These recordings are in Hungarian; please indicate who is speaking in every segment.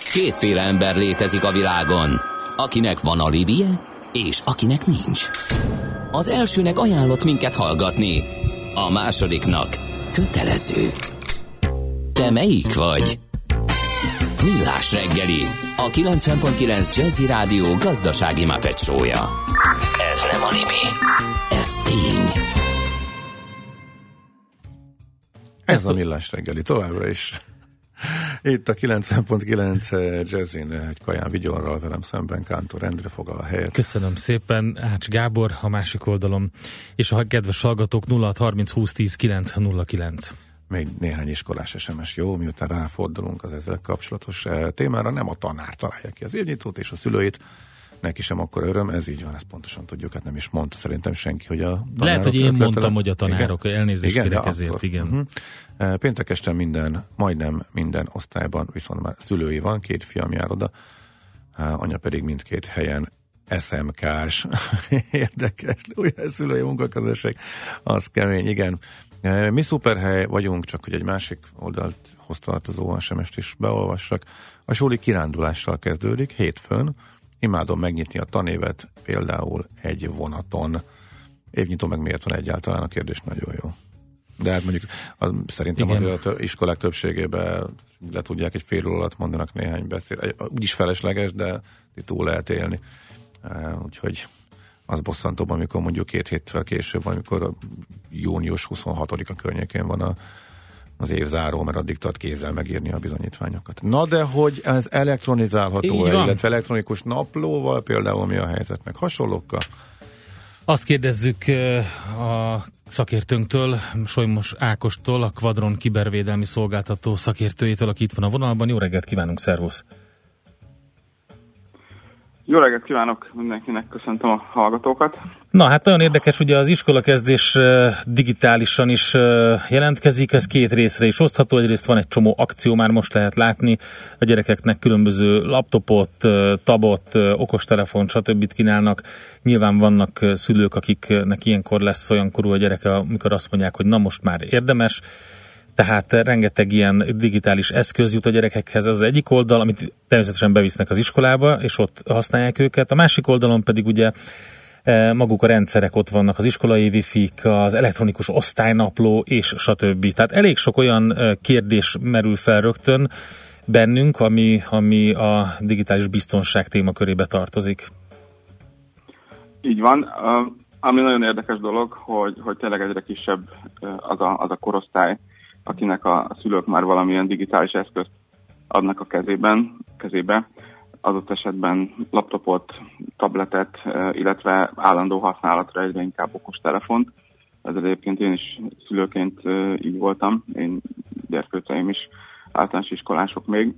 Speaker 1: Kétféle ember létezik a világon, akinek van alibije, és akinek nincs. Az elsőnek ajánlott minket hallgatni, a másodiknak kötelező. Te melyik vagy? Millás reggeli, a 90.9 Jazzy Rádió gazdasági Muppet show-ja. Ez nem alibi, ez tény.
Speaker 2: Ez a Millás reggeli továbbra is. Itt a 90.9 Jazzin egy Kaján Vigyorral, velem szemben Kántor Endre foglal a helyet.
Speaker 3: Köszönöm szépen, Ács Gábor a másik oldalon, és a kedves hallgatók 0630 20 10 909.
Speaker 2: Még néhány iskolás SMS, jó, miután ráfordulunk az ezzel kapcsolatos témára, nem a tanár találja ki az évnyitót, és a szülőit, neki sem akkor öröm, ez így van, ezt pontosan tudjuk, hát nem is mondta szerintem senki, hogy a tanárok...
Speaker 3: Lehet, hogy én mondtam, hogy a tanárok, igen? Elnézést
Speaker 2: igen,
Speaker 3: kérek ezért, akkor, igen.
Speaker 2: Péntek este majdnem minden osztályban viszont már szülői van, 2 fiam jár oda, anya pedig mindkét helyen SMK-s. Érdekes, újra szülői munkaközösség, az kemény, igen. Mi szuperhely vagyunk, csak hogy egy másik oldalhoz tartozó SMS-t is beolvassak. A suli kirándulással kezdődik, hétfőn. Imádom megnyitni a tanévet, például egy vonaton. Évnyitó meg miért van egyáltalán, a kérdés nagyon jó. De hát mondjuk szerintem igen, azért az iskolák többségében le tudják, egy fél óra alatt mondanak néhány beszél. Úgyis felesleges, de túl lehet élni. Úgyhogy az bosszantóbb, amikor mondjuk 2 héttel később, amikor június 26-a környékén van az év záró, mert addig tart kézzel megírni a bizonyítványokat. Na de hogy ez elektronizálható, illetve elektronikus naplóval például mi a helyzet, meg hasonlókkal?
Speaker 3: Azt kérdezzük a szakértőnktől, Solymos Ákostól, a Quadron kibervédelmi szolgáltató szakértőjétől, aki itt van a vonalban. Jó reggelt kívánunk, szervusz!
Speaker 4: Jó reggelt kívánok mindenkinek, köszöntöm a hallgatókat.
Speaker 3: Na hát nagyon érdekes, ugye az iskolakezdés digitálisan is jelentkezik, ez 2 részre is osztható. Egyrészt van egy csomó akció, már most lehet látni, a gyerekeknek különböző laptopot, tabot, okostelefon, stb. Kínálnak. Nyilván vannak szülők, akiknek ilyenkor lesz olyan korú a gyereke, amikor azt mondják, hogy na most már érdemes. Tehát rengeteg ilyen digitális eszköz jut a gyerekekhez, ez az egyik oldal, amit természetesen bevisznek az iskolába, és ott használják őket. A másik oldalon pedig ugye maguk a rendszerek ott vannak, az iskolai wifi-k, az elektronikus osztálynapló, és stb. Tehát elég sok olyan kérdés merül fel rögtön bennünk, ami a digitális biztonság témakörébe tartozik.
Speaker 4: Így van. Ami nagyon érdekes dolog, hogy tényleg egyre kisebb az a korosztály, akinek a szülők már valamilyen digitális eszközt adnak a kezébe, adott esetben laptopot, tabletet, illetve állandó használatra egyre inkább okostelefont. Ezzel egyébként én is szülőként így voltam, én gyerkőceim is általános iskolások még,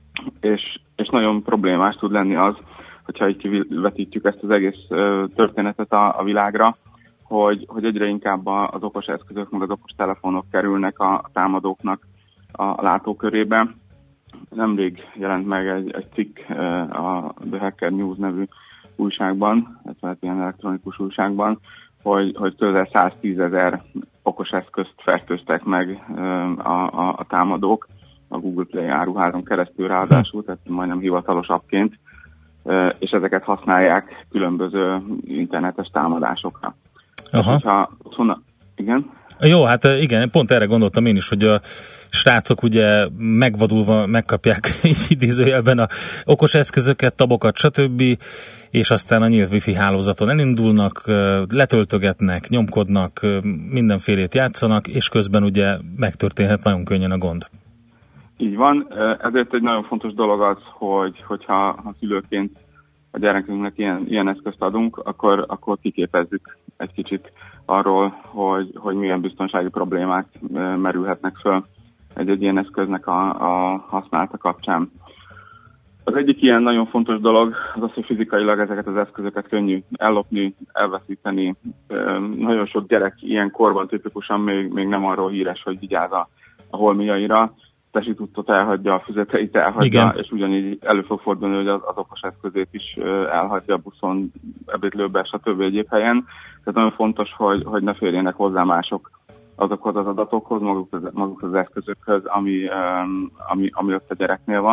Speaker 4: és nagyon problémás tud lenni az, hogyha így kivetítjük ezt az egész történetet a világra, hogy egyre inkább az okos eszközök, meg az okos telefonok kerülnek a támadóknak a látókörébe. Nemrég jelent meg egy cikk a The Hacker News nevű újságban, tehát ilyen elektronikus újságban, hogy közel 110 000 okos eszközt fertőztek meg a támadók a Google Play áruházon keresztül ráadásul, tehát majdnem hivatalos appként, és ezeket használják különböző internetes támadásokra.
Speaker 3: Aha.
Speaker 4: Igen?
Speaker 3: Jó, hát igen, pont erre gondoltam én is, hogy a srácok ugye megvadulva megkapják idézőjelben a okos eszközöket, tabokat, stb., és aztán a nyílt wifi hálózaton elindulnak, letöltögetnek, nyomkodnak, mindenfélét játszanak, és közben ugye megtörténhet nagyon könnyen a gond.
Speaker 4: Így van, ezért egy nagyon fontos dolog az, hogyha szülőként a gyerekünknek ilyen eszközt adunk, akkor kiképezzük egy kicsit arról, hogy milyen biztonsági problémák merülhetnek föl egy ilyen eszköznek a használata kapcsán. Az egyik ilyen nagyon fontos dolog az, hogy fizikailag ezeket az eszközöket könnyű ellopni, elveszíteni. Nagyon sok gyerek ilyen korban tipikusan még nem arról híres, hogy vigyáz a holmiaira, tesitucot elhagyja, a füzeteit elhagyja, igen. És ugyanígy elő fog fordulni, hogy az okos eszközét is elhagyja a buszon, ebédlőben, stb. Egyéb helyen. Tehát nagyon fontos, hogy ne férjenek hozzá mások azokhoz az adatokhoz, maguk az eszközökhöz, ami ott a gyereknél van.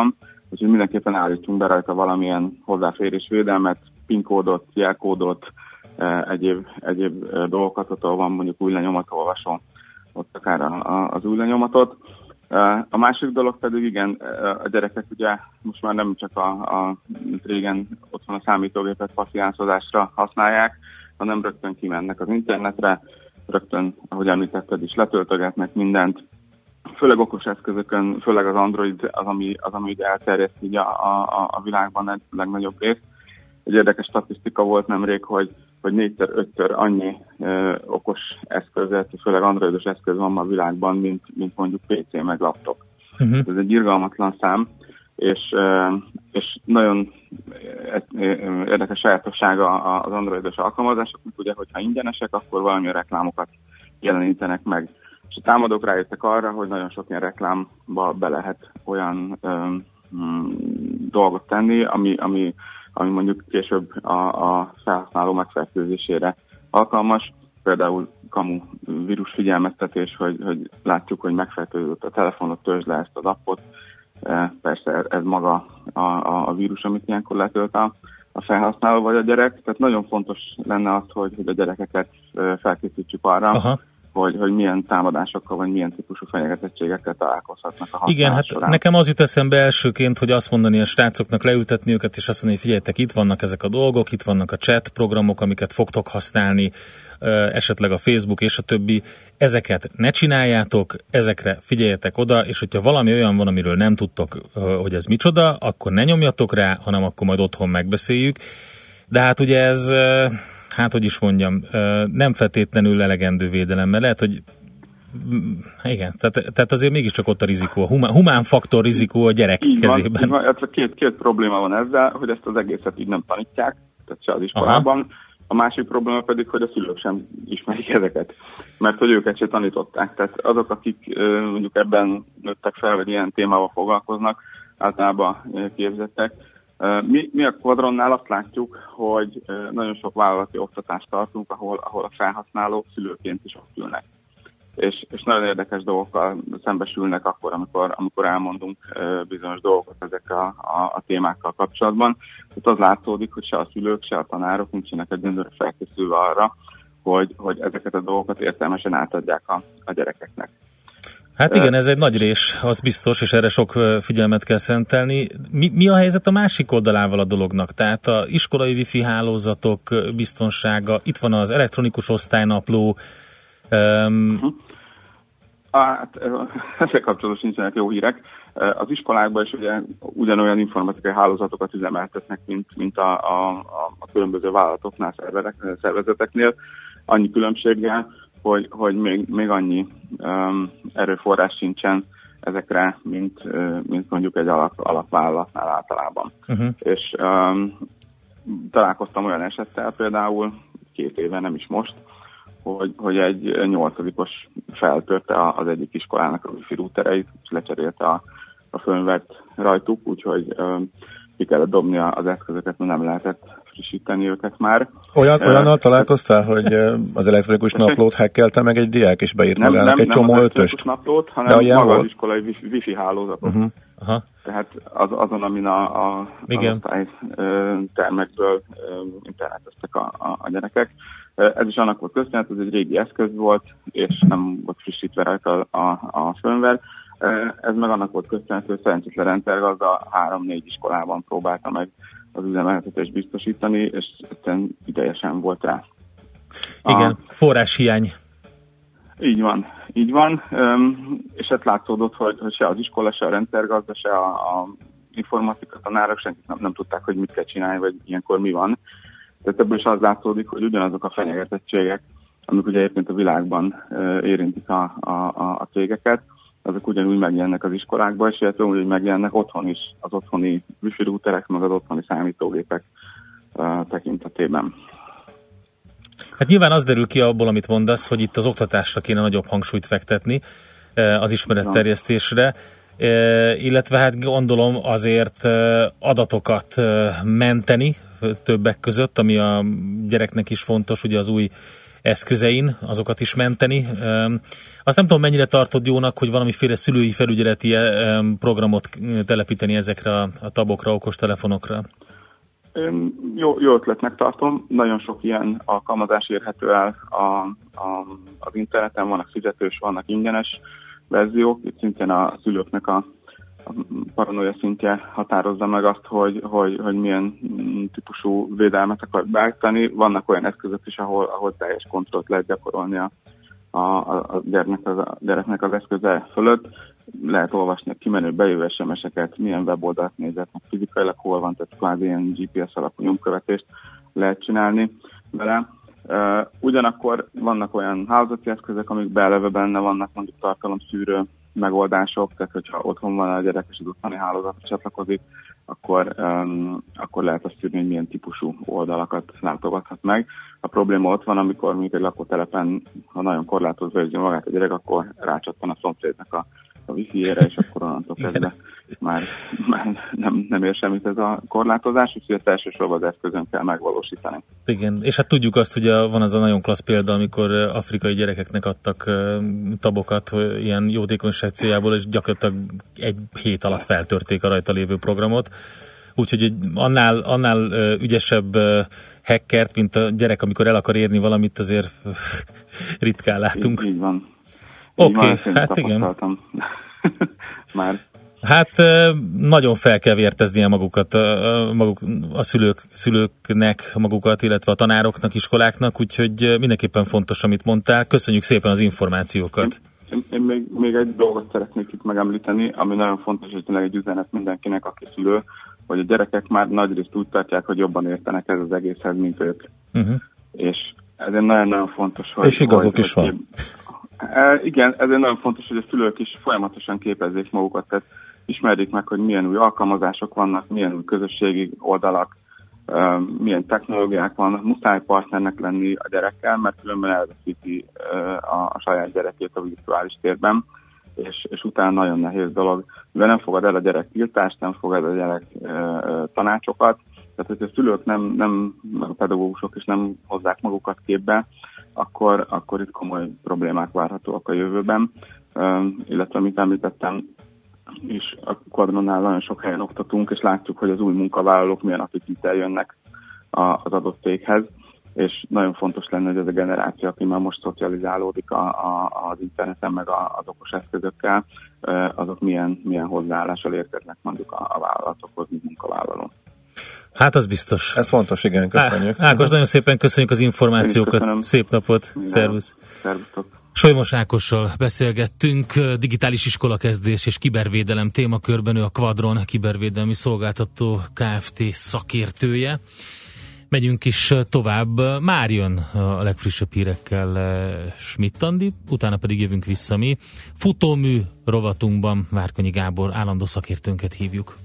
Speaker 4: úgyhogy mindenképpen állítsunk be rajta valamilyen hozzáférésvédelmet, PIN kódot, jelkódot, egyéb dolgokat, ott van mondjuk új lenyomatolvasó, ott akár az új lenyomatot. A másik dolog pedig igen, a gyerekek ugye most már nem csak régen ott van a számítógépet passziánszozásra használják, hanem rögtön kimennek az internetre, rögtön, ahogy említetted is, letöltögetnek mindent, főleg okos eszközökön, főleg az Android az, ami ugye elterjedt így a világban a legnagyobb rész. Egy érdekes statisztika volt nemrég, hogy 4-5-ször annyi okos eszközet, főleg androidos eszköz van ma a világban, mint mondjuk PC meg laptop. Ez egy irgalmatlan szám, és nagyon érdekes sajátossága az androidos alkalmazásoknak, ugye, hogyha ingyenesek, akkor valamilyen reklámokat jelenítenek meg. És a támadók rájöttek arra, hogy nagyon sok ilyen reklámba be lehet olyan dolgot tenni, ami mondjuk később a felhasználó megfertőzésére alkalmas. Például kamu vírus figyelmeztetés, hogy látjuk, hogy megfertőzött a telefonot, töltsd le ezt az appot. Persze ez maga a vírus, amit ilyenkor letölt a felhasználó vagy a gyerek. Tehát nagyon fontos lenne az, hogy a gyerekeket felkészítsük arra, hogy milyen támadásokkal, vagy milyen típusú fenyegetettségekkel találkozhatnak a használat.
Speaker 3: Igen, hát
Speaker 4: során.
Speaker 3: nekem az jut eszembe elsőként, hogy azt mondani a srácoknak, leültetni őket, és azt mondani, hogy figyeljetek, itt vannak ezek a dolgok, itt vannak a chat programok, amiket fogtok használni, esetleg a Facebook és a többi. Ezeket ne csináljátok, ezekre figyeljetek oda, és hogyha valami olyan van, amiről nem tudtok, hogy ez micsoda, akkor ne nyomjatok rá, hanem akkor majd otthon megbeszéljük. De hát ugye ez... Hát, hogy is mondjam, nem feltétlenül elegendő védelem, mert lehet, hogy igen, tehát azért mégiscsak ott a rizikó, a humán faktor rizikó a gyerek
Speaker 4: így
Speaker 3: kezében.
Speaker 4: Van, két probléma van ezzel, hogy ezt az egészet így nem tanítják, tehát se az iskolában. Aha. A másik probléma pedig, hogy a szülők sem ismerik ezeket, mert hogy őket se tanították. Tehát azok, akik mondjuk ebben nőttek fel, vagy ilyen témával foglalkoznak, általában képzettek. Mi a Quadronnál azt látjuk, hogy nagyon sok vállalati oktatást tartunk, ahol a felhasználók szülőként is ott ülnek. És nagyon érdekes dolgokkal szembesülnek akkor, amikor elmondunk bizonyos dolgokat ezek a témákkal kapcsolatban. Tehát az látszódik, hogy se a szülők, se a tanárok nincsenek egyenlőre felkészülve arra, hogy ezeket a dolgokat értelmesen átadják a gyerekeknek.
Speaker 3: Hát igen, ez egy nagy rés, az biztos, és erre sok figyelmet kell szentelni. Mi a helyzet a másik oldalával a dolognak? Tehát a iskolai wifi hálózatok biztonsága, itt van az elektronikus osztálynapló.
Speaker 4: Hát ezzel kapcsolatban nincsenek jó hírek. Az iskolákban is ugye ugyanolyan informatikai hálózatokat üzemeltetnek, mint a különböző vállalatoknál, szervezeteknél. Annyi különbséggel, hogy még annyi erőforrás sincsen ezekre, mint mondjuk egy alapvállalatnál általában. És találkoztam olyan esettel például 2 éve, nem is most, hogy egy 8-os feltörte az egyik iskolának a wifi routereit, és lecserélte a firmware-t rajtuk, úgyhogy ki kellett dobni az eszközöket, mert nem lehetett frissíteni őket már.
Speaker 2: Olyannal találkoztál, hogy az elektronikus naplót hackelte meg egy diák, és beírt magának egy csomó ötöst?
Speaker 4: Nem naplót, hanem maga az iskolai wifi hálózatot.
Speaker 3: Aha.
Speaker 4: Tehát azon, amin a termekből interneteztek a gyerekek. Ez is annak volt köszönhet, ez egy régi eszköz volt, és nem volt frissítve rajta a firmware. Ez meg annak volt köszönhető, hogy szerencsétlen rendszergazda 3-4 iskolában próbálta meg az üzemeltetést biztosítani, és egyszerűen ideje sem volt rá.
Speaker 3: Igen, forráshiány.
Speaker 4: Így van. És hát látszódott, hogy se az iskola, se a rendszergazda, se a informatika tanárok senkit nem tudták, hogy mit kell csinálni, vagy ilyenkor mi van. Tehát ebből is az látszódik, hogy ugyanazok a fenyegetettségek, amik ugye egyébként a világban érintik a cégeket, azok ugyanúgy megjelennek az iskolákban, és illetve úgy megjelennek otthon is, az otthoni wifi routerek, meg az otthoni számítógépek tekintetében.
Speaker 3: Hát nyilván az derül ki abból, amit mondasz, hogy itt az oktatásra kéne nagyobb hangsúlyt fektetni, az ismeretterjesztésre, illetve hát gondolom azért adatokat menteni, többek között, ami a gyereknek is fontos, ugye az új eszközein, azokat is menteni. Azt nem tudom, mennyire tartod jónak, hogy valamiféle szülői felügyeleti programot telepíteni ezekre a tabokra, okostelefonokra?
Speaker 4: Jó ötletnek tartom. Nagyon sok ilyen alkalmazás érhető el az interneten, vannak fizetős, vannak ingyenes verziók. Itt szintén a szülőknek a paranoia szintje határozza meg azt, hogy milyen típusú védelmet akar beállítani. Vannak olyan eszközök is, ahol teljes kontrollt lehet gyakorolni a gyereknek az eszköze fölött. Lehet olvasni a kimenő bejövő SMS-eket, milyen weboldalt nézetnek fizikailag, hol van, tehát kvázi ilyen GPS alapú nyomkövetést lehet csinálni vele. Ugyanakkor vannak olyan hálózati eszközök, amik beleve benne vannak, mondjuk tartalomszűrő megoldások, tehát hogyha otthon van a gyerek és az otthoni hálózatra csatlakozik, akkor lehet azt szűrni, hogy milyen típusú oldalakat látogathat meg. A probléma ott van, amikor mondjuk egy lakótelepen, ha nagyon korlátozva érzi magát a gyerek, akkor rácsattan a szomszédnak a wifi-ére, és akkor onnantól kezdve már nem ér semmit ez a korlátozás, úgyhogy ezt elsősorban az eszközön kell megvalósítani.
Speaker 3: Igen, és hát tudjuk azt, hogy van az a nagyon klassz példa, amikor afrikai gyerekeknek adtak tabokat ilyen jótékonyság céljából, és gyakorlatilag egy hét alatt feltörték a rajta lévő programot. Úgyhogy annál ügyesebb hackert, mint a gyerek, amikor el akar érni valamit, azért ritkán látunk.
Speaker 4: Így van.
Speaker 3: Oké, hát igen.
Speaker 4: Már.
Speaker 3: Hát nagyon fel kell vérteznie magukat, a szülőknek magukat, illetve a tanároknak, iskoláknak, úgyhogy mindenképpen fontos, amit mondtál. Köszönjük szépen az információkat.
Speaker 4: Én még egy dolgot szeretnék itt megemlíteni, ami nagyon fontos, hogy tényleg egy üzenet mindenkinek, aki szülő, hogy a gyerekek már nagyrészt úgy tartják, hogy jobban értenek ez az egészhez, mint ők. És ezért nagyon-nagyon fontos, hogy...
Speaker 2: És igazuk is van.
Speaker 4: Igen, ezért nagyon fontos, hogy a szülők is folyamatosan képezzék magukat, tehát ismerjék meg, hogy milyen új alkalmazások vannak, milyen új közösségi oldalak, milyen technológiák vannak, muszáj partnernek lenni a gyerekkel, mert különben elveszíti a saját gyerekét a virtuális térben, és utána nagyon nehéz dolog. Mivel nem fogad el a gyerek tiltást, nem fogad el a gyerek tanácsokat, tehát hogyha a szülők nem a pedagógusok is nem hozzák magukat képbe, akkor itt komoly problémák várhatóak a jövőben, illetve amit említettem, és a Quadronnál nagyon sok helyen oktatunk, és látjuk, hogy az új munkavállalók milyen attitűddel jönnek az adott céghez, és nagyon fontos lenne, hogy ez a generáció, aki már most szocializálódik az interneten, meg az okos eszközökkel, azok milyen hozzáállással érkeznek mondjuk a vállalatokhoz, mint munkavállaló.
Speaker 3: Hát az biztos.
Speaker 2: Ez fontos, igen, köszönjük.
Speaker 3: Ákos, nagyon szépen köszönjük az információkat. Szép napot, szervusz.
Speaker 4: Szervusztok.
Speaker 3: Solymos Ákossal beszélgettünk, digitális iskolakezdés és kibervédelem témakörben, ő a Quadron kibervédelmi szolgáltató Kft. Szakértője. Megyünk is tovább, már jön a legfrissebb hírekkel Schmidt Andi, utána pedig jövünk vissza mi. Futómű rovatunkban Várkonyi Gábor állandó szakértőnket hívjuk.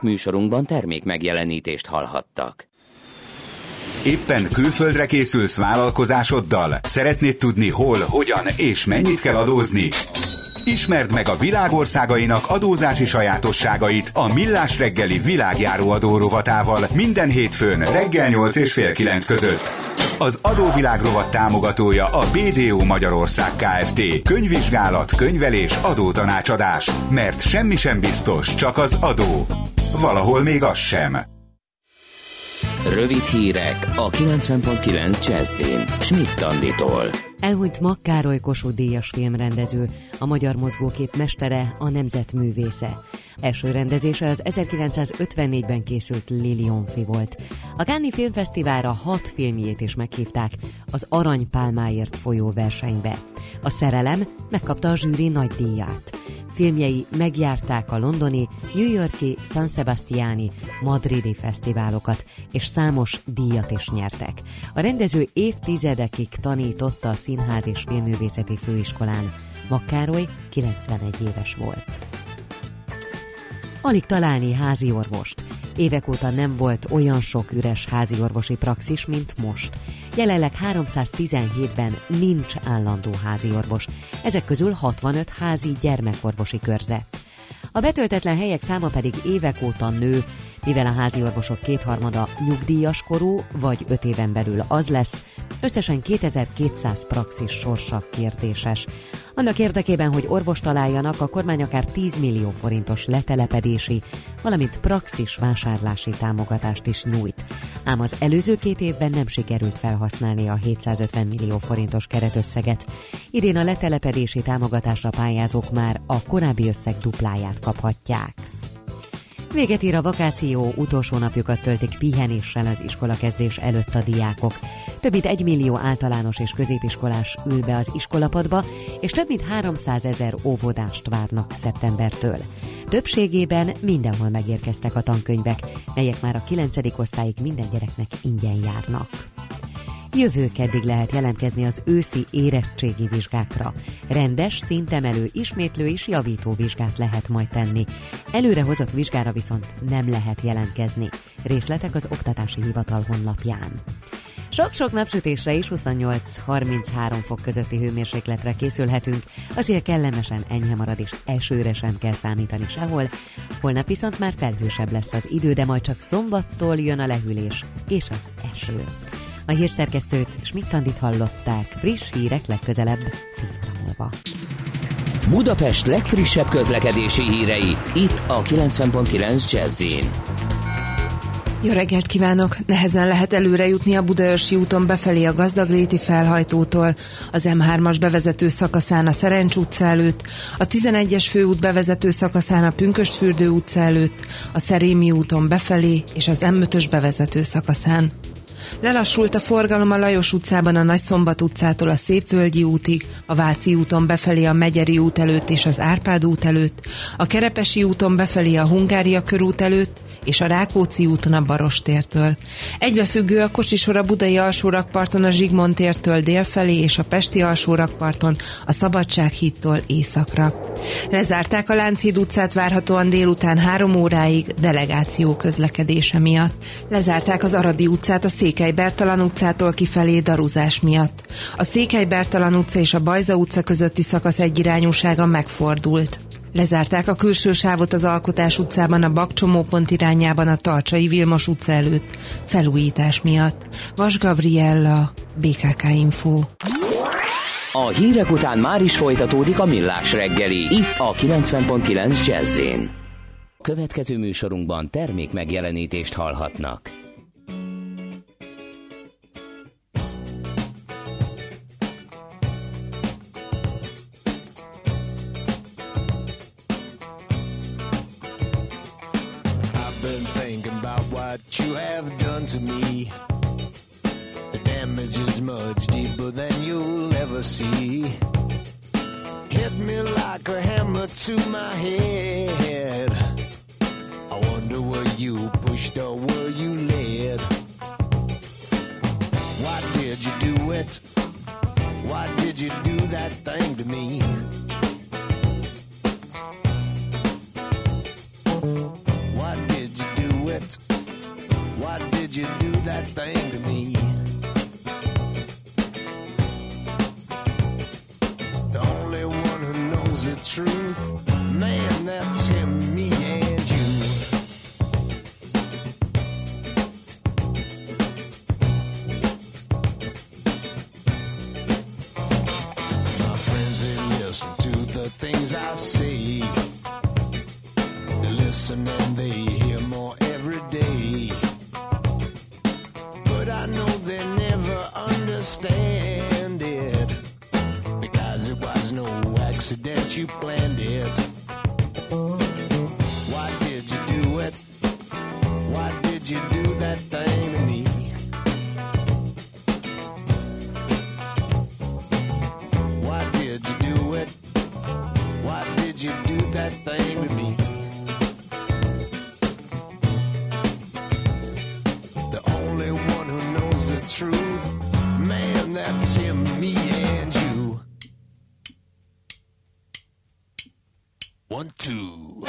Speaker 1: műsorunkban termék megjelenítést hallhattak.
Speaker 5: Éppen külföldre készülsz vállalkozásoddal? Szeretnéd tudni hol, hogyan és mennyit kell adózni? Ismerd meg a világországainak adózási sajátosságait a Millás reggeli világjáró adó rovatával minden hétfőn reggel 8 és fél 9 között. Az adóvilág rovat támogatója a BDO Magyarország Kft. Könyvvizsgálat, könyvelés, adótanácsadás. Mert semmi sem biztos, csak az adó. Valahol még az sem.
Speaker 1: Rövid hírek a 90.9 Jazzin Schmidt Anditól.
Speaker 6: Elhunyt Mag Károly Kossuth-díjas filmrendező, a magyar mozgókép mestere, a nemzetművésze. Első rendezése az 1954-ben készült Lilionfi volt. A Cannes-i Filmfesztiválra 6 filmjét is meghívták az Aranypálmáért folyó versenybe. A Szerelem megkapta a zsűri nagy díját. Filmjei megjárták a londoni, New Yorki, San Sebastiani, madridi fesztiválokat, és számos díjat is nyertek. A rendező évtizedekig tanította a Színház és Filmművészeti Főiskolán. Mag Károly 91 éves volt. Alig találni házi orvost. Évek óta nem volt olyan sok üres házi orvosi praxis, mint most. Jelenleg 317-ben nincs állandó házi orvos, ezek közül 65 házi gyermekorvosi körzet. A betöltetlen helyek száma pedig évek óta nő, mivel a házi orvosok kétharmada nyugdíjas korú, vagy 5 éven belül az lesz, összesen 2200 praxis sorsa kérdéses. Annak érdekében, hogy orvost találjanak, a kormány akár 10 millió forintos letelepedési, valamint praxis vásárlási támogatást is nyújt. Ám az előző 2 évben nem sikerült felhasználni a 750 millió forintos keretösszeget. Idén a letelepedési támogatásra pályázók már a korábbi összeg dupláját kaphatják. Véget ér a vakáció, utolsó napjukat töltik pihenéssel az iskolakezdés előtt a diákok. Több mint 1 millió általános és középiskolás ül be az iskolapadba, és több mint 300 000 óvodást várnak szeptembertől. Többségében mindenhol megérkeztek a tankönyvek, melyek már a 9. osztályig minden gyereknek ingyen járnak. Jövő keddig lehet jelentkezni az őszi érettségi vizsgákra. Rendes, szintemelő, ismétlő és javító vizsgát lehet majd tenni. Előrehozott vizsgára viszont nem lehet jelentkezni. Részletek az Oktatási Hivatal honlapján. Sok-sok napsütésre is 28-33 fok közötti hőmérsékletre készülhetünk, a szél kellemesen enyhe marad és esőre sem kell számítani sehol. Holnap viszont már felhősebb lesz az idő, de majd csak szombattól jön a lehűlés és az eső. A hírszerkesztőt, Schmidt Andit hallották, friss hírek legközelebb fél óra múlva.
Speaker 1: Budapest legfrissebb közlekedési hírei, itt a 90.9 Jazzin.
Speaker 7: Jó reggelt kívánok! Nehezen lehet előre jutni a Budaörsi úton befelé a Gazdagréti felhajtótól, az M3-as bevezető szakaszán a Szerencs utca előtt, a 11-es főút bevezető szakaszán a Pünkösdfürdő utca előtt, a Szerémi úton befelé és az M5-ös bevezető szakaszán. Lelassult a forgalom a Lajos utcában a Nagyszombat utcától a Szépvölgyi útig, a Váci úton befelé a Megyeri út előtt és az Árpád út előtt, a Kerepesi úton befelé a Hungária körút előtt, és a Rákóczi úton a Barostértől. Egybefüggő a kocsisor a Budai alsórakparton a Zsigmond tértől délfelé és a Pesti alsórakparton a Szabadsághídtól északra. Lezárták a Lánchíd utcát várhatóan délután 3 óráig delegáció közlekedése miatt. Lezárták az Aradi utcát a Székely Bertalan utcától kifelé daruzás miatt. A Székely Bertalan utca és a Bajza utca közötti szakasz egyirányúsága megfordult. Lezárták a külső sávot az Alkotás utcában a Bakcsomópont irányában a Tarcsai Vilmos utca előtt felújítás miatt. Vas Gabriella, BKK Info.
Speaker 1: A hírek után már is folytatódik a Millás reggeli, itt a 90.9 Jazzin. Következő műsorunkban termék megjelenítést hallhatnak.
Speaker 8: What you have done to me, the damage is much deeper than you'll ever see. Hit me like a hammer to my head. I wonder were you pushed or were you led? Why did you do it? Why did you do that thing to me? Why did you did you do that thing to me? The only one who knows the truth, man, that's him, me and you. My friends, they listen to the things I say. They listen and they hear more every day. But I know they never understand it, because it was no accident, you planned it. Why did you do it? Why did you do that thing to me? Why did you do it? Why did you do that thing to me? The only one who knows the truth, man, that's him, me and you. 1, 2.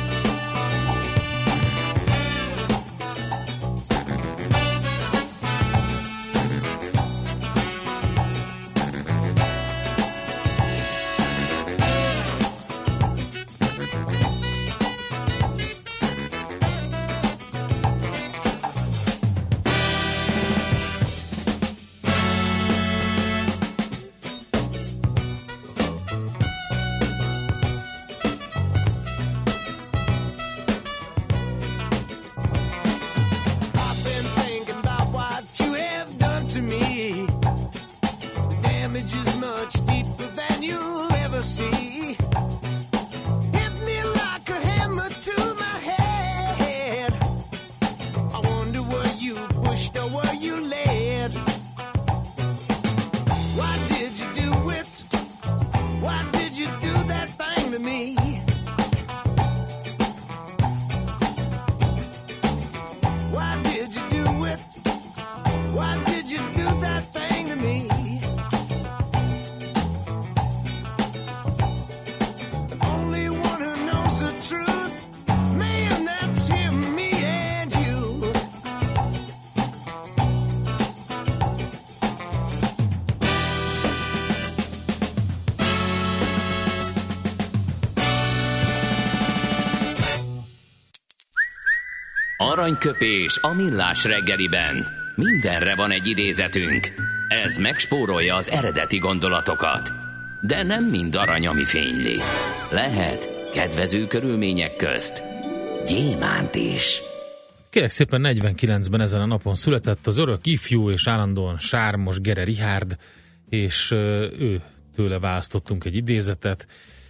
Speaker 1: Aranyköpés a millás reggeliben. Mindenre van egy idézetünk. Ez megspórolja az eredeti gondolatokat. De nem mind arany, ami fényli. Lehet kedvező körülmények közt gyémánt is.
Speaker 3: Kérlek szépen 49-ben ezen a napon született az örök ifjú és állandóan sármos Gere Richárd, és ő tőle választottunk egy idézetet.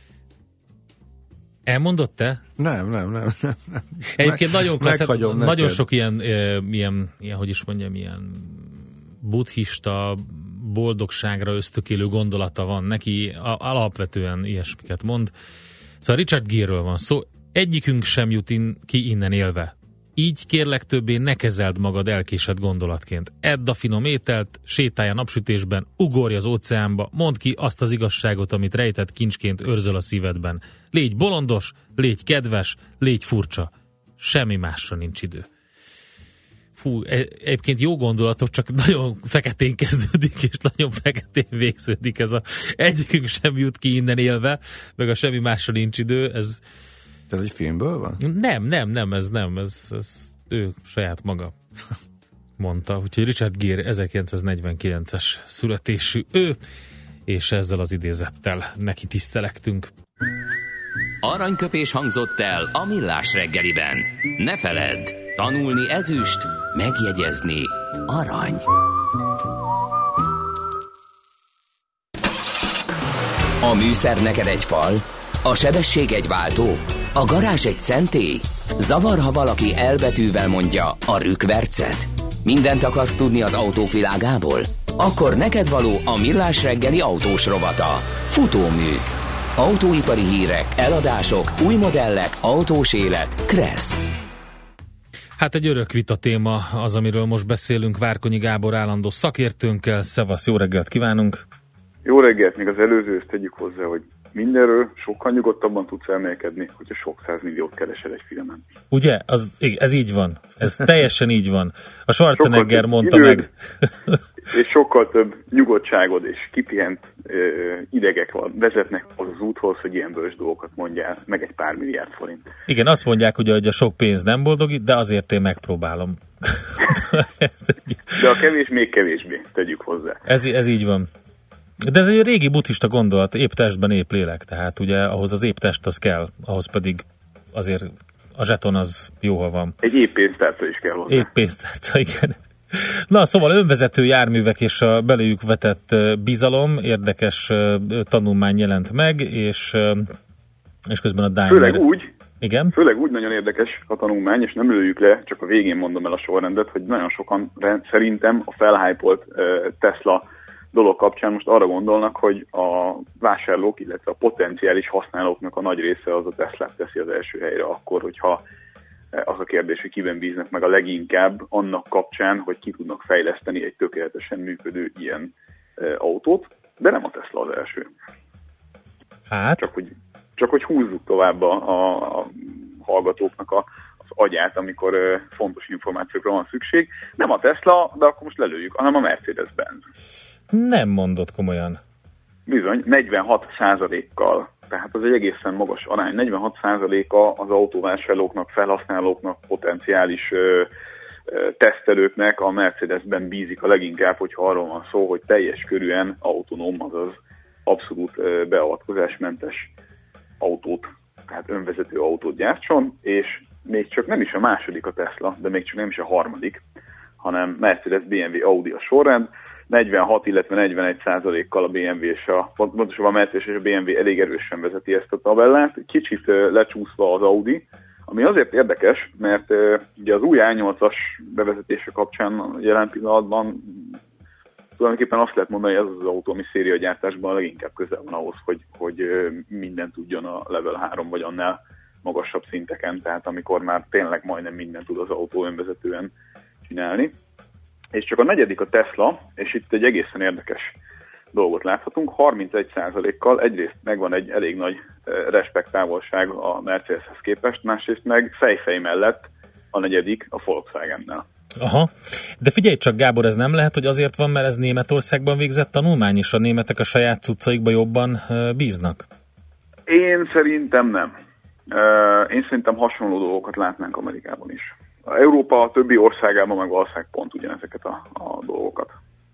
Speaker 3: Elmondott te?
Speaker 2: Nem.
Speaker 3: Egyébként nagyon klassz, nagyon sok ilyen, hogy is mondjam, ilyen buddhista, boldogságra ösztökélő gondolata van neki, alapvetően ilyesmiket mond. Szóval Richard Gere-ről van szó, egyikünk sem jut ki innen élve. Így kérlek többé ne kezeld magad elkésett gondolatként. Edd a finom ételt, sétálj a napsütésben, ugorj az óceánba, mondd ki azt az igazságot, amit rejtett kincsként őrzöl a szívedben. Légy bolondos, légy kedves, légy furcsa. Semmi másra nincs idő. Fú, egyébként jó gondolatok, csak nagyon feketén kezdődik, és nagyon feketén végződik ez a egyikünk sem jut ki innen élve, meg a semmi másra nincs idő, ez
Speaker 2: egy filmből van?
Speaker 3: Nem, ez ő saját maga mondta. Úgyhogy Richard Gere 1949-es születésű ő, és ezzel az idézettel neki tisztelektünk.
Speaker 1: Aranyköpés hangzott el a millás reggeliben. Ne feledd, tanulni ezüst, megjegyezni arany. A műszer neked egy fal, a sebesség egy váltó, a garázs egy szentély. Zavar, ha valaki elbetűvel mondja a rükvercet. Mindent akarsz tudni az autók világából? Akkor neked való a millás reggeli autós rovata. Futómű. Autóipari hírek, eladások, új modellek, autós élet. Kressz.
Speaker 3: Hát egy örök vita téma az, amiről most beszélünk Várkonyi Gábor állandó szakértőnkkel. Szevasz, jó reggelt kívánunk!
Speaker 9: Jó reggelt, még az előzőhöz tegyük hozzá, hogy mindenről sokkal nyugodtabban tudsz elmélkedni, hogyha sok 100 milliót keresel egy filmen.
Speaker 3: Ugye? Ez így van. Ez teljesen így van. A Schwarzenegger mondta
Speaker 9: időd,
Speaker 3: meg.
Speaker 9: És sokkal több nyugodtságod és kipihent idegek vezetnek az úthoz, hogy ilyen bölcs dolgokat mondjál, meg egy pár milliárd forint.
Speaker 3: Igen, azt mondják ugye, hogy a sok pénz nem boldogít, de azért én megpróbálom.
Speaker 9: De a kevés még kevésbé, tegyük hozzá.
Speaker 3: Ez így van. De ez egy régi buddhista gondolat, épp testben épp lélek, tehát ugye ahhoz az épp test az kell, ahhoz pedig azért a zseton az jó, ha van.
Speaker 9: Egy épp pénztárca is kell hozzá.
Speaker 3: Épp pénztárca, igen. Na, szóval önvezető járművek és a belőjük vetett bizalom, érdekes tanulmány jelent meg, és közben a Daimler... Főleg úgy nagyon érdekes a tanulmány, és nem lőjük le, csak a végén mondom el a sorrendet, hogy nagyon sokan szerintem a felhypolt Tesla dolog kapcsán most arra gondolnak, hogy a vásárlók, illetve a potenciális használóknak a nagy része az a Teslát teszi az első helyre akkor, hogyha az a kérdés, hogy kiben bíznak meg a leginkább annak kapcsán, hogy ki tudnak fejleszteni egy tökéletesen működő ilyen autót, de nem a Tesla az első. Hát?
Speaker 9: Csak hogy húzzuk tovább a hallgatóknak az agyát, amikor fontos információkra van szükség. Nem a Tesla, de akkor most lelőjük, hanem a Mercedes-Benz.
Speaker 3: Nem mondott komolyan.
Speaker 9: Bizony, 46%-kal. Tehát az egy egészen magas arány. 46%-a az autóvásárlóknak, felhasználóknak, potenciális tesztelőknek a Mercedesben bízik a leginkább, hogyha arról van szó, hogy teljes körűen autonóm, azaz abszolút beavatkozásmentes autót, tehát önvezető autót gyártson, és még csak nem is a második a Tesla, de még csak nem is a harmadik, hanem Mercedes, BMW, Audi a sorrend, 46, illetve 41%-kal a BMW és pontosabban a Mercedes és a BMW elég erősen vezeti ezt a tabellát, kicsit lecsúszva az Audi, ami azért érdekes, mert ugye az új A8-as bevezetése kapcsán jelen pillanatban tulajdonképpen azt lehet mondani, hogy ez az autó, ami szériagyártásban a leginkább közel van ahhoz, hogy mindent tudjon a level 3 vagy annál magasabb szinteken, tehát amikor már tényleg majdnem mindent tud az autó önvezetően csinálni. És csak a negyedik a Tesla, és itt egy egészen érdekes dolgot láthatunk, 31%-kal egyrészt megvan egy elég nagy respekttávolság a Mercedeshez képest, másrészt meg fejfej mellett a negyedik a Volkswagennel.
Speaker 3: Aha, de figyelj csak Gábor, ez nem lehet, hogy azért van, mert ez Németországban végzett tanulmány, és a németek a saját cuccaikba jobban bíznak?
Speaker 9: Én szerintem nem. Én szerintem hasonló dolgokat látnánk Amerikában is. Európa a többi országában meg valószínűleg pont ugyanezeket a dolgokat.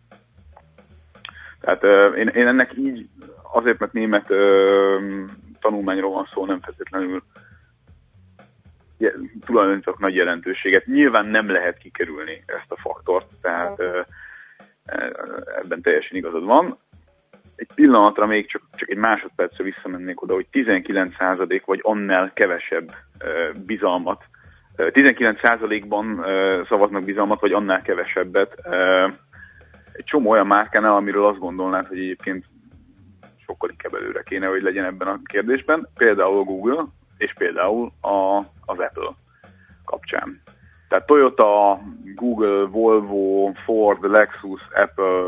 Speaker 9: Tehát én ennek így, azért, mert német tanulmányról van szó, nem feltétlenül tulajdonítok nagy jelentőséget. Nyilván nem lehet kikerülni ezt a faktort, tehát ebben teljesen igazad van. Egy pillanatra még csak egy másodpercre visszamennék oda, hogy 19% vagy annál kevesebb bizalmat, 19%-ban szavaznak bizalmat, vagy annál kevesebbet egy csomó olyan márkánál, amiről azt gondolnád, hogy egyébként sokkal inkább előre kéne, hogy legyen ebben a kérdésben. Például a Google, és például az Apple kapcsán. Tehát Toyota, Google, Volvo, Ford, Lexus, Apple,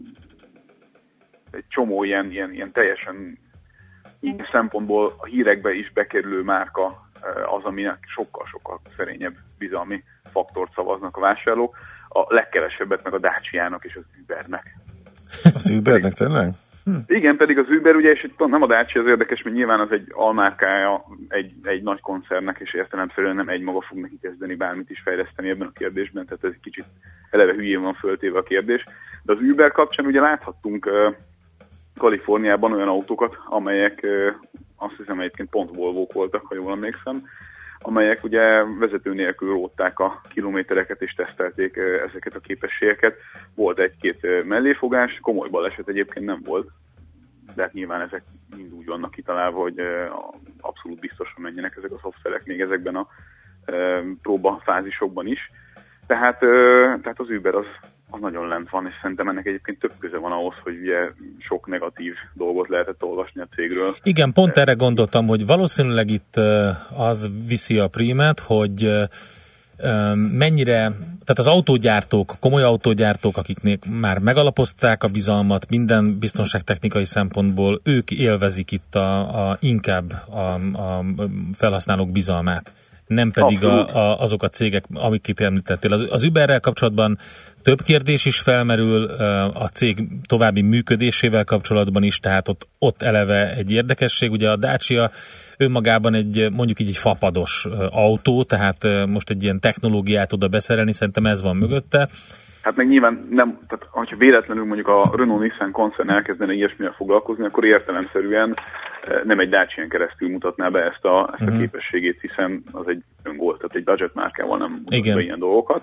Speaker 9: egy csomó ilyen teljesen ilyen szempontból a hírekbe is bekerülő márka az, aminek sokkal-sokkal szerényebb bizalmi faktort szavaznak a vásárlók. A legkevesebbet meg a Dacia-nak és az Ubernek.
Speaker 2: Az Ubernek tényleg?
Speaker 9: Igen, pedig az Uber, ugye, és itt nem a Dacia az érdekes, mert nyilván az egy almárkája egy nagy koncernnek, és értelemszerűen nem egymaga fog neki kezdeni bármit is fejleszteni ebben a kérdésben, tehát ez egy kicsit eleve hülyén van föltéve a kérdés. De az Uber kapcsán ugye láthattunk Kaliforniában olyan autókat, amelyek azt hiszem egyébként pont Volvók voltak, ha jól emlékszem, amelyek ugye vezető nélkül rótták a kilométereket és tesztelték ezeket a képességeket. Volt egy-két melléfogás, komoly baleset egyébként nem volt, de hát nyilván ezek mind úgy vannak kitalálva, hogy abszolút biztosan menjenek ezek a szoftverek még ezekben a próbafázisokban is. Tehát az Uber az nagyon lent van, és szerintem ennek egyébként több köze van ahhoz, hogy ugye sok negatív dolgot lehetett olvasni a cégről.
Speaker 3: Igen, pont erre gondoltam, hogy valószínűleg itt az viszi a prímet, hogy mennyire, tehát az autógyártók, komoly autógyártók, akiknek már megalapozták a bizalmat minden biztonságtechnikai szempontból, ők élvezik itt inkább a felhasználók bizalmát, nem pedig azok a cégek, amiket említettél. Az Uberrel kapcsolatban több kérdés is felmerül, a cég további működésével kapcsolatban is, tehát ott eleve egy érdekesség. Ugye a Dacia önmagában mondjuk így egy fapados autó, tehát most egy ilyen technológiát oda beszerelni, szerintem ez van mögötte.
Speaker 9: Hát meg nyilván nem, tehát ha véletlenül mondjuk a Renault-Nissan koncern elkezdene ilyesmivel foglalkozni, akkor értelemszerűen nem egy Dacia-n keresztül mutatná be ezt a képességét, hiszen az egy öngól, tehát egy budget márkával nem mutat be ilyen dolgokat.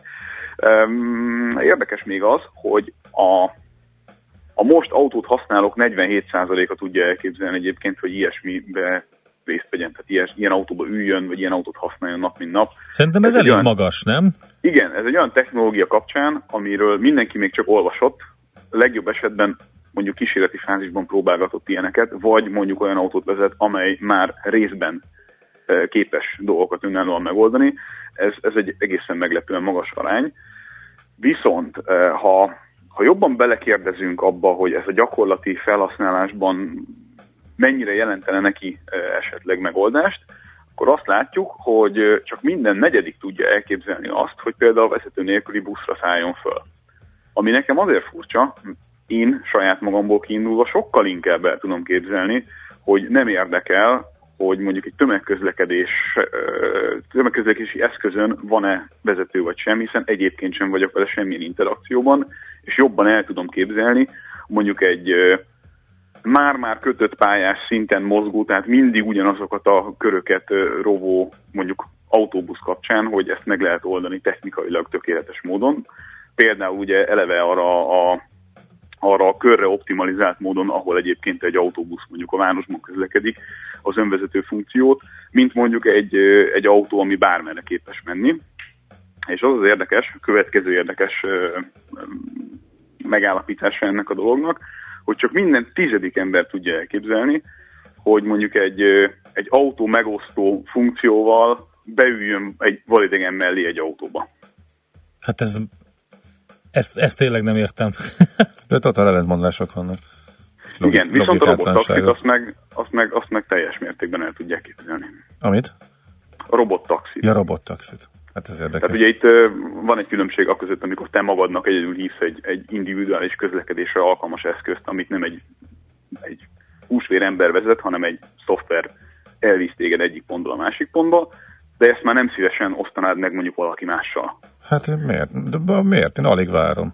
Speaker 9: Érdekes még az, hogy a most autót használók 47%-a tudja elképzelni egyébként, hogy ilyesmibe részt vegyen, tehát ilyen autóba üljön, vagy ilyen autót használjon nap, mint nap.
Speaker 3: Szerintem ez elég olyan, magas, nem?
Speaker 9: Igen, ez egy olyan technológia kapcsán, amiről mindenki még csak olvasott, legjobb esetben mondjuk kísérleti fázisban próbálgatott ilyeneket, vagy mondjuk olyan autót vezet, amely már részben képes dolgokat önállóan megoldani. Ez egy egészen meglepően magas arány. Viszont ha jobban belekérdezünk abba, hogy ez a gyakorlati felhasználásban mennyire jelentene neki esetleg megoldást, akkor azt látjuk, hogy csak minden negyedik tudja elképzelni azt, hogy például vezető nélküli buszra szálljon föl. Ami nekem azért furcsa, én saját magamból kiindulva sokkal inkább el tudom képzelni, hogy nem érdekel, hogy mondjuk egy tömegközlekedési eszközön van-e vezető vagy sem, hiszen egyébként sem vagyok vele semmilyen interakcióban, és jobban el tudom képzelni mondjuk egy már-már kötött pályás szinten mozgó, tehát mindig ugyanazokat a köröket rovó mondjuk autóbusz kapcsán, hogy ezt meg lehet oldani technikailag tökéletes módon. Például ugye eleve arra a körre optimalizált módon, ahol egyébként egy autóbusz mondjuk a városban közlekedik, az önvezető funkciót, mint mondjuk egy autó, ami bármerre képes menni. És az az érdekes, a következő érdekes megállapítása ennek a dolognak, hogy csak minden 10. ember tudja elképzelni, hogy mondjuk egy autó megosztó funkcióval beüljön egy validegen mellé egy autóba.
Speaker 3: Hát ezt tényleg nem értem.
Speaker 2: De totál ellentmondások vannak.
Speaker 9: Igen, viszont a robottaxit azt meg teljes mértékben el tudják képzelni.
Speaker 2: Amit?
Speaker 9: A robottaxit.
Speaker 2: Ja, robottaxit. Hát ez érdekes.
Speaker 9: Tehát ugye itt van egy különbség aközött, amikor te magadnak egyedül hívsz egy individuális közlekedésre alkalmas eszközt, amit nem egy húsvér ember vezet, hanem egy szoftver elvisz téged egyik pontból a másik pontba, de ezt már nem szívesen osztanád meg mondjuk valaki mással. Hát
Speaker 2: miért? De miért? Én alig várom.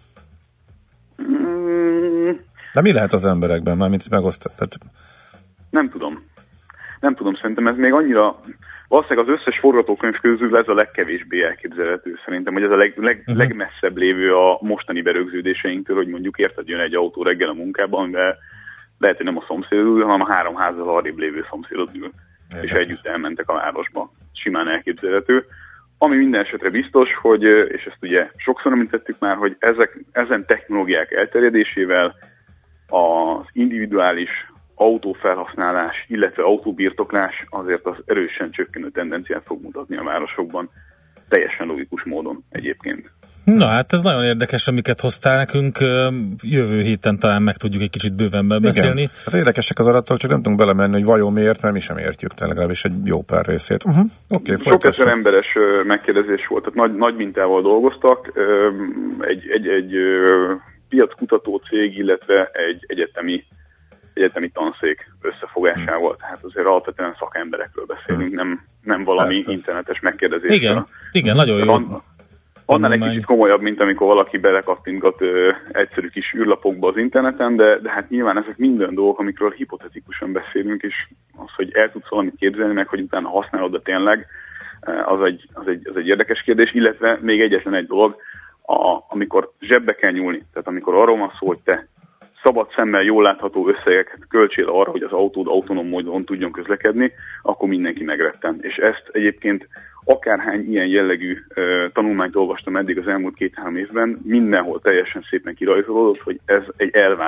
Speaker 2: De mi lehet az emberekben, mármint megosztani?
Speaker 9: Nem tudom, szerintem ez még annyira... Valószínűleg az összes forgatókönyv közül ez a legkevésbé elképzelhető szerintem, hogy ez a legmesszebb lévő a mostani berögződéseinktől, hogy mondjuk érted, jön egy autó reggel a munkában, de lehet, hogy nem a szomszédod ül, hanem a 3 házzal arrébb lévő szomszédod ül, és együtt elmentek a városba. Simán elképzelhető. Ami minden esetre biztos, hogy, és ezt ugye sokszor említettük már, hogy ezen technológiák elterjedésével az individuális autófelhasználás, illetve autóbirtoklás azért az erősen csökkenő tendenciát fog mutatni a városokban, teljesen logikus módon egyébként.
Speaker 3: Na hát ez nagyon érdekes, amiket hoztál nekünk, jövő héten talán meg tudjuk egy kicsit bővenben beszélni.
Speaker 2: Igen. Hát érdekesek az adatok, csak nem tudunk belemenni, hogy vajon miért, mert mi sem értjük, legalábbis egy jó pár részét.
Speaker 9: Sok ezer emberes megkérdezés volt, tehát nagy mintával dolgoztak, egy piackutató cég, illetve egy egyetemi tanszék összefogásával, tehát azért alapvetően szakemberekről beszélünk, nem valami internetes megkérdezésről.
Speaker 3: Igen, nagyon jó.
Speaker 9: Annál egy kicsit komolyabb, mint amikor valaki belekattintgat egyszerű kis űrlapokba az interneten, de hát nyilván ezek minden dolgok, amikről hipotetikusan beszélünk, és az, hogy el tudsz valamit képzelni, meg hogy utána használod, de tényleg, az egy érdekes kérdés, illetve még egyetlen egy dolog, amikor zsebbe kell nyúlni, tehát amikor arról van szó, hogy te szabad szemmel jól látható összegeket költsél arra, hogy az autód autonóm módon tudjon közlekedni, akkor mindenki megretten. És ezt egyébként akárhány ilyen jellegű tanulmányt olvastam eddig az elmúlt 2-3 évben, mindenhol teljesen szépen kirajzolódott, hogy ez egy elvárás.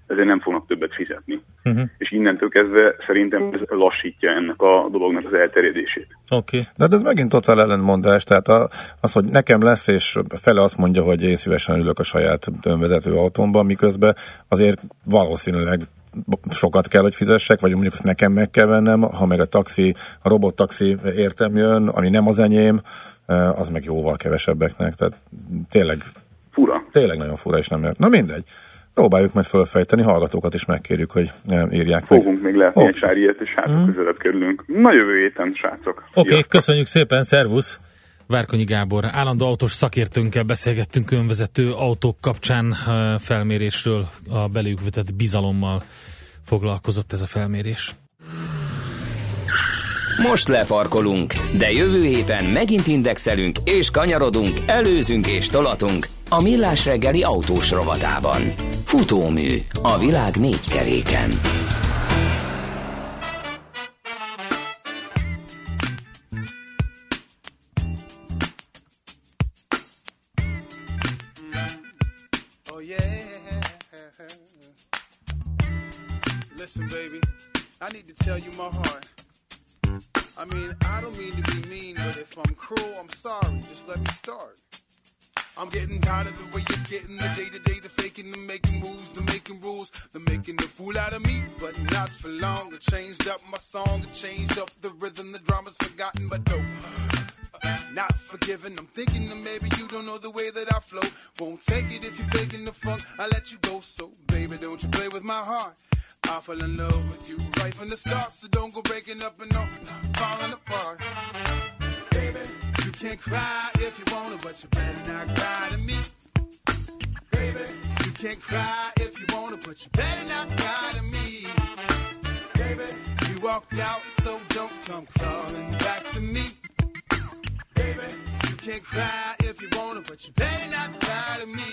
Speaker 9: ezért nem fognak többet fizetni. És innentől kezdve szerintem ez lassítja ennek a dolognak az elterjedését.
Speaker 3: Oké.
Speaker 2: De ez megint totál ellentmondás, tehát az, hogy nekem lesz, és fele azt mondja, hogy én szívesen ülök a saját önvezető autómban, miközben azért valószínűleg sokat kell, hogy fizessek, vagy mondjuk azt nekem meg kell vennem, ha meg a robottaxi értem jön, ami nem az enyém, az meg jóval kevesebbeknek, tehát tényleg
Speaker 9: fura.
Speaker 2: Tényleg nagyon fura, és nem ért. Na mindegy. Próbáljuk majd fölfejteni, hallgatókat is megkérjük, hogy írják meg.
Speaker 9: Fogunk még látni egy pár ilyet, és közelebb kerülünk. Na jövő héten, srácok.
Speaker 3: Oké, köszönjük szépen, szervusz! Várkonyi Gábor, állandó autós szakértőnkkel beszélgettünk önvezető autók kapcsán felmérésről, a belőjük vetett bizalommal foglalkozott ez a felmérés.
Speaker 1: Most lefarkolunk, de jövő héten megint indexelünk és kanyarodunk, előzünk és tolatunk a Millás reggeli autós rovatában. Futómű a világ 4 keréken.
Speaker 10: Listen, baby, I need to tell you my heart. I mean, I don't mean to be mean, but if I'm cruel, I'm sorry. Just let me start. I'm getting tired of the way it's getting, the day-to-day, the faking, the making moves, the making rules, the making the fool out of me, but not for long. I changed up my song, I changed up the rhythm, the drama's forgotten, but no, not forgiven. I'm thinking that maybe you don't know the way that I flow. Won't take it if you're faking the funk, I'll let you go. So, baby, don't you play with my heart. I fell in love with you right from the start, so don't go breaking up and no, falling apart. Baby, you can't cry if you wanna, but you better not cry to me. Baby, you can't cry if you wanna, but you better not cry to me. Baby, you walked out, so don't come crawling back to me. Baby, you can't cry if you wanna, but you better not cry to me.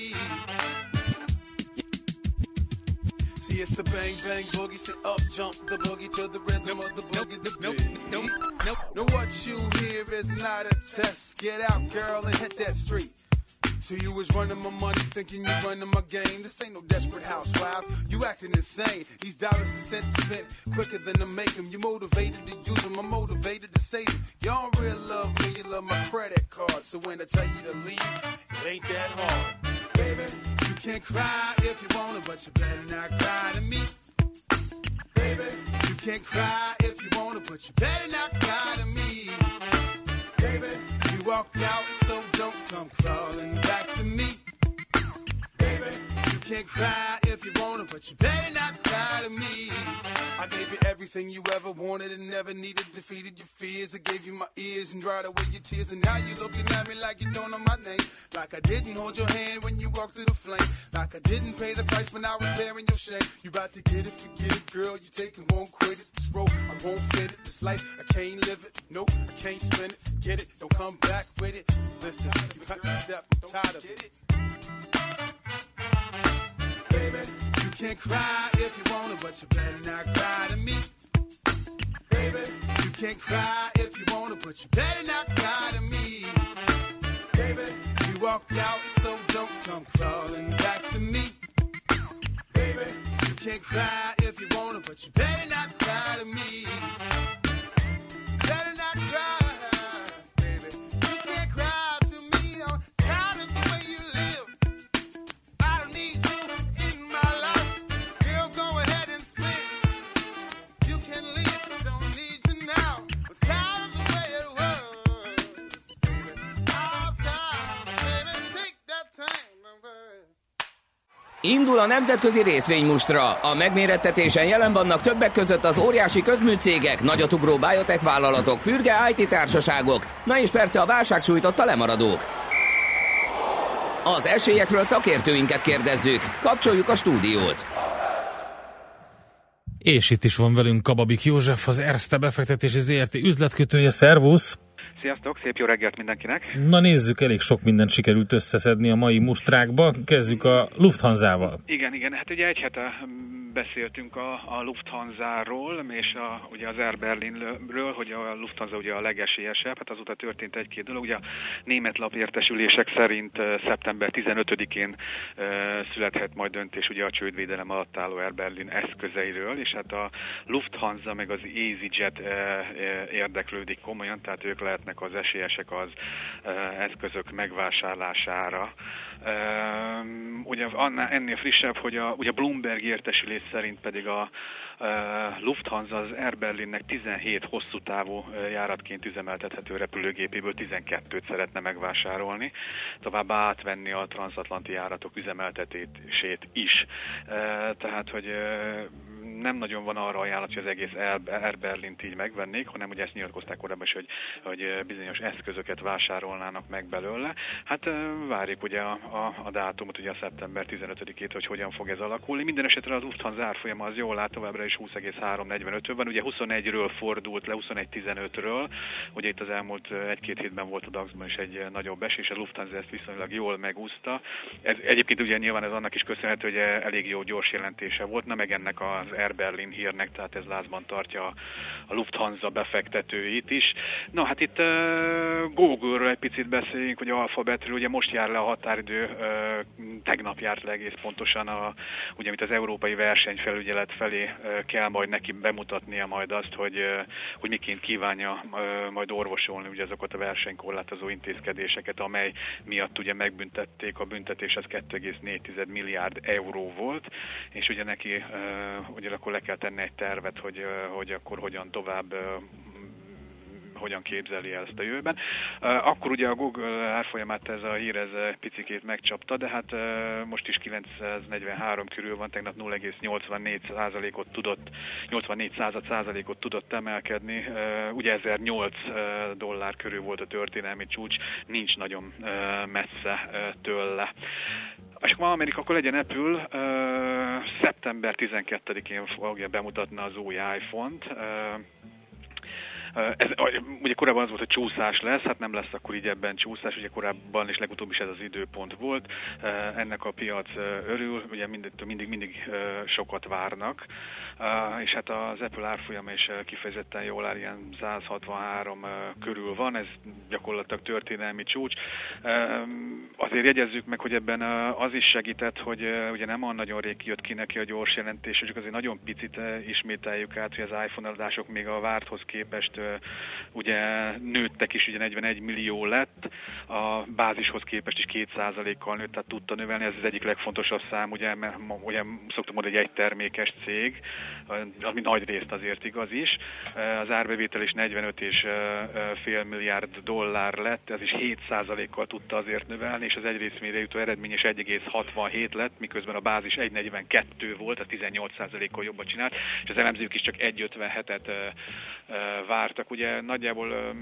Speaker 10: It's the bang bang boogie, say up jump the boogie to the rhythm of the boogie. Nope. Know what you hear is not a test. Get out, girl, and hit that street. So you was running my money, thinking you running my game. This ain't no Desperate Housewives, you acting insane. These dollars and cents spent quicker than to make them. You motivated to use them, I'm motivated to save them. Y'all real love me, you love my credit card. So when I tell you to leave, it ain't that hard. Baby, you can't cry if you wanna, but you better not cry to me. Baby, you can't cry if you wanna, but you better not cry to me. Baby, you walked out, so don't come crawling back to me. Baby, you can't cry if you wanna, but you better not cry to me. I gave you everything you ever wanted and never needed, defeated your fears. I gave you my ears and dried away your tears, and now you're looking at me like you don't know my name. Like I didn't hold your hand when you walked through the flame. Like I didn't pay the price when I was bearing your shame. You about to get it, forget it, girl. You take it, won't quit it. This road, I won't fit it. This life, I can't live it. Nope, I can't spend it. Forget it, don't come back with it. Listen, you got to step, I'm tired of it. Baby, you can't cry if you wanna, but you better not cry to me. Baby, you can't cry if you wanna, but you better not cry to me. Baby, you walked out, so don't come crawling back to me. Baby, you can't cry if you wanna, but you better not cry to me. Better not cry, baby. You can't cry to me. I'm tired of the way you live. I don't need you in my life. Girl, go ahead and split. You can leave, don't need you now. I'm tired of the way it was. Baby, I'm tired, baby. Take that time.
Speaker 1: Indul a nemzetközi részvénymustra. A megmérettetésen jelen vannak többek között az óriási közműcégek, nagyotugró biotech vállalatok, fürge IT társaságok, na és persze a válság sújtotta lemaradók. Az esélyekről szakértőinket kérdezzük. Kapcsoljuk a stúdiót.
Speaker 3: És itt is van velünk Kababik József, az Erste befektetési ZRT üzletkötője. Szervusz!
Speaker 11: Sziasztok, szép jó reggelt mindenkinek!
Speaker 3: Na nézzük, elég sok mindent sikerült összeszedni a mai mustrákba. Kezdjük a Lufthansa-val.
Speaker 11: Igen, hát ugye egy hete beszéltünk a Lufthansa-ról, és ugye az Air Berlinről, hogy a Lufthansa ugye a legesélyesebb, hát azóta történt egy-két dolog. Ugye a német lapértesülések szerint szeptember 15-én születhet majd döntés ugye a csődvédelem alatt álló Air Berlin eszközeiről, és hát a Lufthansa meg az EasyJet érdeklődik komolyan, tehát ők lehetnek az esélyesek az eszközök megvásárlására. Ugye ennél frissebb, hogy ugye a Bloomberg értesülés szerint pedig a Lufthansa az Air Berlinnek 17 hosszú távú járatként üzemeltethető repülőgépéből 12-t szeretne megvásárolni, továbbá átvenni a transatlanti járatok üzemeltetését is. Tehát, hogy nem nagyon van arra ajánlat, hogy az egész Air Berlint így megvennék, hanem ugye ezt nyilatkozták korábban is, hogy bizonyos eszközöket vásárolnának meg belőle. Hát várjuk ugye a dátumot, ugye a szeptember 15-ét, hogy hogyan fog ez alakulni. Minden esetre az Lufthansa árfolyama az jól áll, továbbra is 20,345 van, ugye 21-ről fordult le 21,15-ről, ugye itt az elmúlt egy-két hétben volt a DAX-ban is egy nagyobb esés, a Lufthansa ezt viszonylag jól megúszta. Ez egyébként ugye nyilván ez annak is köszönhető, hogy elég jó gyors jelentése volt, na meg ennek az Air Berlin hírnek, tehát ez lázban tartja a Lufthansa befektetőit is. Na hát itt Google-ről egy picit beszéljünk, hogy Alphabetről, ugye most jár le a határidő, tegnap járt le egész pontosan, ugye amit az Európai Versenyfelügyelet felé kell majd neki bemutatnia majd azt, hogy miként kívánja majd orvosolni ugye azokat a versenykorlátozó intézkedéseket, amely miatt ugye megbüntették, a büntetés az 2,4 milliárd euró volt, és ugye neki ugye akkor le kell tenni egy tervet, hogy akkor hogyan tovább hogyan képzeli el ezt a jövőben. Akkor ugye a Google árfolyamát ez a hír ez picikét megcsapta, de hát most is 943 körül van, tegnap 0,84%-ot tudott, 84%-ot tudott emelkedni. Ugye $1008 körül volt a történelmi csúcs, nincs nagyon messze tőle. És akkor Amerika, akkor legyen Apple, szeptember 12-én fogja bemutatni az új iPhone-t. Ez, ugye korábban az volt, hogy csúszás lesz, hát nem lesz akkor így ebben csúszás, ugye korábban és legutóbb is ez az időpont volt, ennek a piac örül, ugye mindig sokat várnak, és hát az Apple árfolyama is kifejezetten jól áll, ilyen 163 körül van, ez gyakorlatilag történelmi csúcs. Azért jegyezzük meg, hogy ebben az is segített, hogy ugye nem olyan nagyon rég jött ki neki a gyors jelentés, csak azért nagyon picit ismételjük át, hogy az iPhone eladások még a várthoz képest ugye nőttek is, ugye 41 millió lett, a bázishoz képest is 2%-kal nőtt, tehát tudta növelni, ez az egyik legfontosabb szám, ugye, mert ugye szoktuk mondani, hogy egy termékes cég, ami nagy részt azért igaz is. Az árbevétel is 45,5 milliárd dollár lett, ez is 7%-kal tudta azért növelni, és az egyrészmére jutó eredmény is 1,67 lett, miközben a bázis 1,42 volt, a 18%-kal jobban csinált, és az elemzők is csak 1,57-et vártak. Ugye nagyjából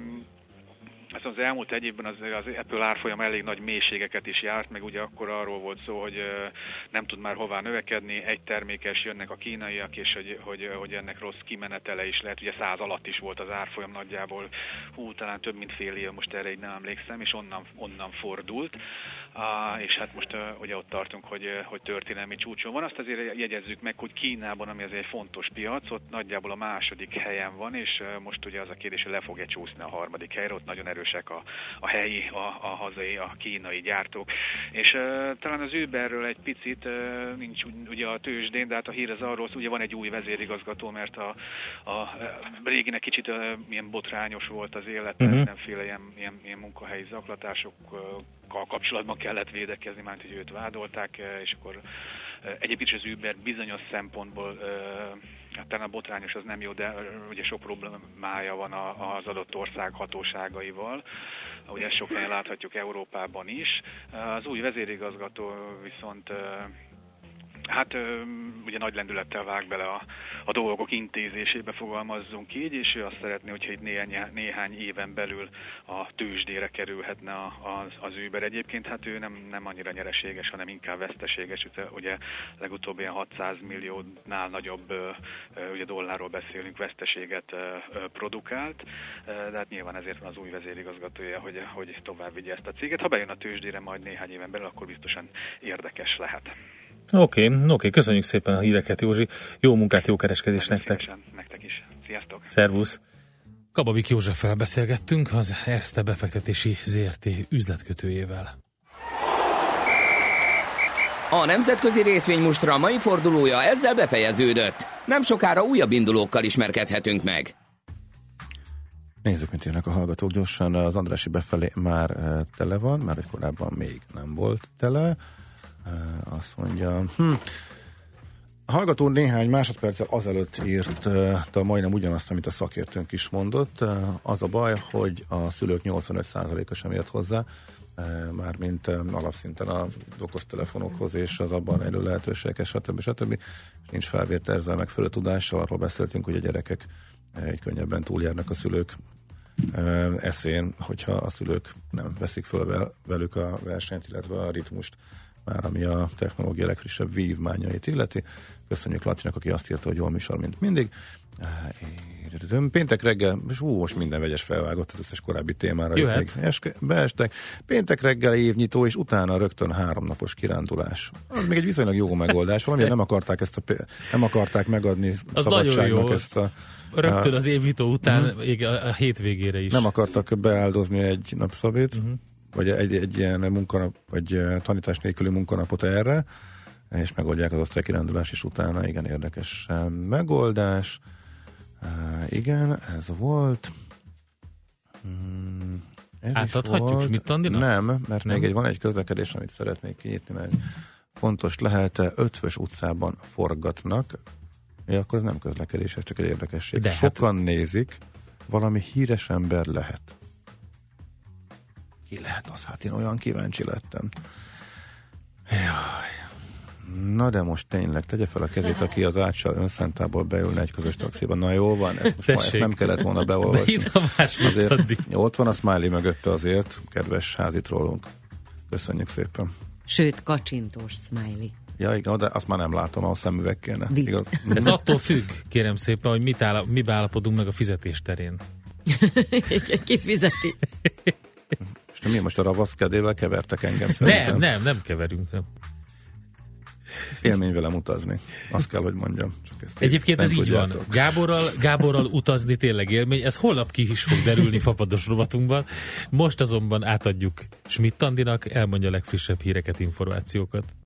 Speaker 11: az elmúlt egy évben az Apple árfolyam elég nagy mélységeket is járt, meg ugye akkor arról volt szó, hogy nem tud már hová növekedni, egy termékes jönnek a kínaiak, és hogy ennek rossz kimenetele is lehet, ugye 100 alatt is volt az árfolyam nagyjából, talán több mint fél év, most erre így nem emlékszem, és onnan fordult, és hát most ugye ott tartunk, hogy történelmi csúcson van. Azt azért jegyezzük meg, hogy Kínában, ami azért egy fontos piac, ott nagyjából a második helyen van, és most ugye az a kérdés, hogy le fog-e csúszni a harmadik helyre, ott nagyon erősek a helyi, a hazai, a kínai gyártók. És talán az Uberről egy picit nincs ugye a tőzsdén, de hát a hír az arról, ugye van egy új vezérigazgató, mert a réginek kicsit ilyen botrányos volt az élet, mindenféle ilyen munkahelyi zaklatásokkal kapcsolatban kellett védekezni, mert hogy őt vádolták, és akkor egyébként az Uber bizonyos szempontból talán a botrányos az nem jó, de ugye sok problémája van az adott ország hatóságaival. Ugye ezt sok helyen láthatjuk Európában is. Az új vezérigazgató viszont hát ugye nagy lendülettel vág bele a dolgok intézésébe, fogalmazzunk így, és ő azt szeretné, hogyha itt néhány éven belül a tőzsdére kerülhetne az Uber. Egyébként hát ő nem annyira nyereséges, hanem inkább veszteséges. Ugye legutóbb ilyen 600 milliónál nagyobb ugye dollárról beszélünk, veszteséget produkált, de hát nyilván ezért van az új vezérigazgatója, hogy tovább vigye ezt a céget. Ha bejön a tőzsdére majd néhány éven belül, akkor biztosan érdekes lehet.
Speaker 3: Oké, köszönjük szépen a híreket, Józsi. Jó munkát, jó kereskedés nektek.
Speaker 11: Nektek is. Sziasztok.
Speaker 3: Szervusz. Kababik Józseffel beszélgettünk, az Erste befektetési ZRT üzletkötőjével.
Speaker 1: A nemzetközi részvénymustra mai fordulója ezzel befejeződött. Nem sokára újabb indulókkal ismerkedhetünk meg.
Speaker 2: Nézzük, mint írnak a hallgatók gyorsan. Az Andrássy befelé már tele van, már egy korábban még nem volt tele. Azt mondja... A hallgató néhány másodperccel azelőtt írta majdnem ugyanazt, amit a szakértőnk is mondott. Az a baj, hogy a szülők 85%-a sem ért hozzá, mármint alapszinten az okostelefonokhoz és az abban rejlő lehetőségekhez, stb. És nincs felvért ezzel megfelelő tudással. Arról beszéltünk, hogy a gyerekek egy könnyebben túljárnak a szülők eszén, hogyha a szülők nem veszik föl velük a versenyt, illetve a ritmust, már ami a technológia legfrissebb vívmányait illeti. Köszönjük Lacinak, aki azt írta, hogy jól műsor, mint mindig. Péntek reggel, és most minden vegyes felvágott az összes korábbi témára. Beestek. Péntek reggel évnyitó, és utána rögtön 3 napos kirándulás. Az még egy viszonylag jó megoldás. Valamiért nem akarták megadni
Speaker 3: az
Speaker 2: szabadságnak ezt a...
Speaker 3: Rögtön az évnyitó után a hétvégére is.
Speaker 2: Nem akartak beáldozni egy napszabét, vagy egy ilyen munkanap, vagy tanítás nélküli munkanapot erre, és megoldják az osztálykirándulás is utána. Igen, érdekes megoldás. Igen, ez volt. Ez
Speaker 3: átadhatjuk Schmidt-Andinak?
Speaker 2: Nem, mert még van egy közlekedés, amit szeretnék kinyitni, mert fontos lehet, Ötvös utcában forgatnak. Akkor ez nem közlekedés, ez csak egy érdekesség.
Speaker 3: De
Speaker 2: sokan nézik, valami híres ember lehet. Ki lehet az? Hát én olyan kíváncsi lettem. Jaj. Na de most tényleg tegye fel a kezét, aki az Áccsal önszentából beülne egy közös taxiba. Na jó van, ezt most ezt nem kellett volna beolvasni. Ott van a smiley mögötte azért, kedves házitróllunk. Köszönjük szépen.
Speaker 6: Sőt, kacsintós smiley.
Speaker 2: Ja, igen, de azt már nem látom, ahol szemüveg kéne.
Speaker 3: Ez attól függ, kérem szépen, hogy mibe állapodunk meg a fizetés terén.
Speaker 6: Ki fizeti?
Speaker 2: És mi most a ravaszkedével kevertek engem?
Speaker 3: Nem keverünk. Nem.
Speaker 2: Élmény velem utazni. Azt kell, hogy mondjam. Csak ezt
Speaker 3: egyébként ez így van. Gáborral utazni tényleg élmény. Ez holnap ki is fog derülni fapados rovatunkban. Most azonban átadjuk Schmidt-Andinak, elmondja a legfrissebb híreket, információkat.